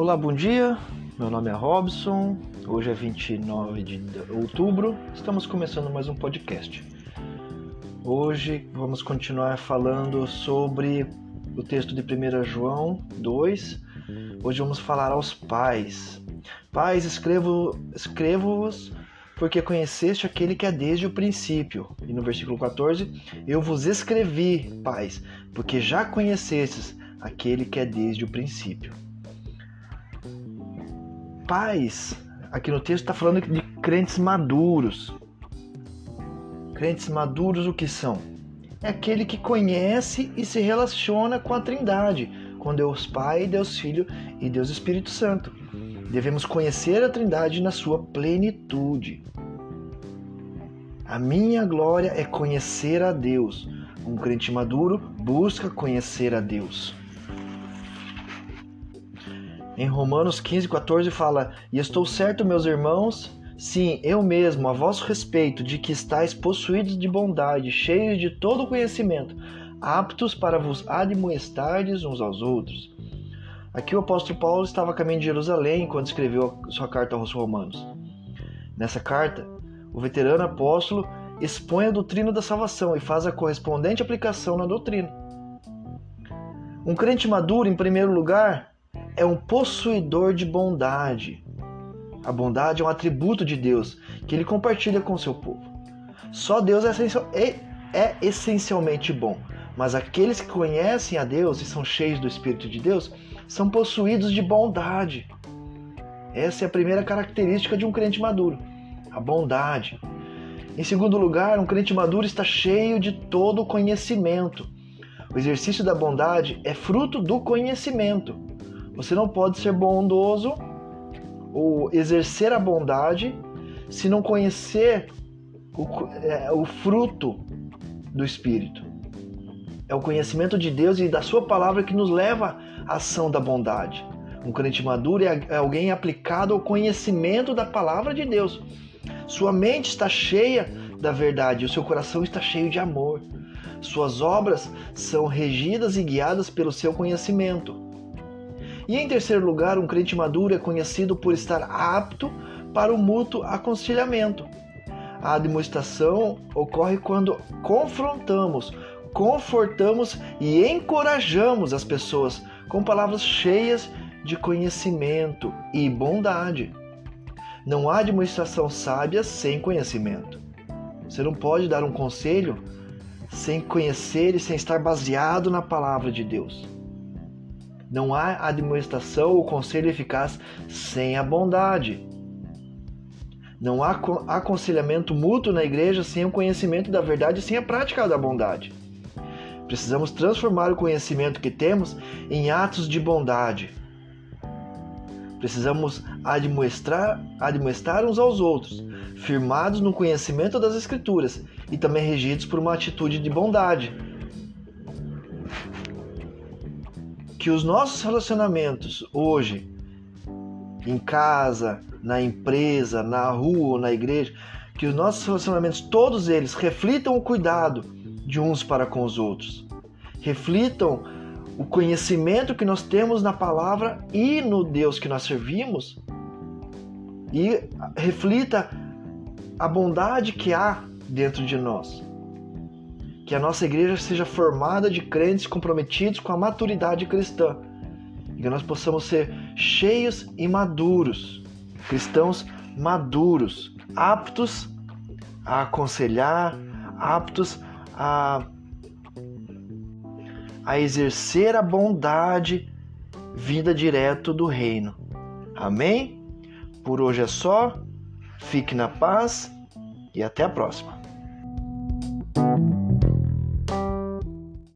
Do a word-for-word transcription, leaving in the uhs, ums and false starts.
Olá, bom dia, meu nome é Robson, hoje é vinte e nove de outubro, estamos começando mais um podcast. Hoje vamos continuar falando sobre o texto de primeiro João dois, hoje vamos falar aos pais. Pais, escrevo, escrevo-vos porque conheceste aquele que é desde o princípio. E no versículo quatorze, eu vos escrevi, pais, porque já conhecestes aquele que é desde o princípio. Pais, aqui no texto está falando de crentes maduros. Crentes maduros o que são? É aquele que conhece e se relaciona com a Trindade, com Deus Pai, Deus Filho e Deus Espírito Santo. Devemos conhecer a Trindade na sua plenitude. A minha glória é conhecer a Deus. Um crente maduro busca conhecer a Deus. Em Romanos quinze, quatorze fala: E estou certo, meus irmãos, sim, eu mesmo, a vosso respeito, de que estáis possuídos de bondade, cheios de todo conhecimento, aptos para vos admoestardes uns aos outros. Aqui o apóstolo Paulo estava a caminho de Jerusalém quando escreveu a sua carta aos Romanos. Nessa carta, o veterano apóstolo expõe a doutrina da salvação e faz a correspondente aplicação na doutrina. Um crente maduro, em primeiro lugar, é um possuidor de bondade. A bondade é um atributo de Deus que ele compartilha com o seu povo. Só Deus é, essencial, é, é essencialmente bom, mas aqueles que conhecem a Deus e são cheios do Espírito de Deus são possuídos de bondade. Essa é a primeira característica de um crente maduro, a bondade. Em segundo lugar, um crente maduro está cheio de todo o conhecimento. O exercício da bondade é fruto do conhecimento. Você não pode ser bondoso ou exercer a bondade se não conhecer o, é, o fruto do Espírito. É o conhecimento de Deus e da sua palavra que nos leva à ação da bondade. Um crente maduro é alguém aplicado ao conhecimento da palavra de Deus. Sua mente está cheia da verdade e o seu coração está cheio de amor. Suas obras são regidas e guiadas pelo seu conhecimento. E em terceiro lugar, um crente maduro é conhecido por estar apto para o mútuo aconselhamento. A admoestação ocorre quando confrontamos, confortamos e encorajamos as pessoas com palavras cheias de conhecimento e bondade. Não há admoestação sábia sem conhecimento. Você não pode dar um conselho sem conhecer e sem estar baseado na palavra de Deus. Não há admoestação ou conselho eficaz sem a bondade. Não há aconselhamento mútuo na igreja sem o conhecimento da verdade e sem a prática da bondade. Precisamos transformar o conhecimento que temos em atos de bondade. Precisamos admoestar, admoestar uns aos outros, firmados no conhecimento das Escrituras e também regidos por uma atitude de bondade. Que os nossos relacionamentos hoje, em casa, na empresa, na rua ou na igreja, que os nossos relacionamentos, todos eles, reflitam o cuidado de uns para com os outros. Reflitam o conhecimento que nós temos na palavra e no Deus que nós servimos. E reflita a bondade que há dentro de nós. Que a nossa igreja seja formada de crentes comprometidos com a maturidade cristã. E que nós possamos ser cheios e maduros. Cristãos maduros, aptos a aconselhar, aptos a, a exercer a bondade vinda direto do reino. Amém? Por hoje é só. Fique na paz e até a próxima.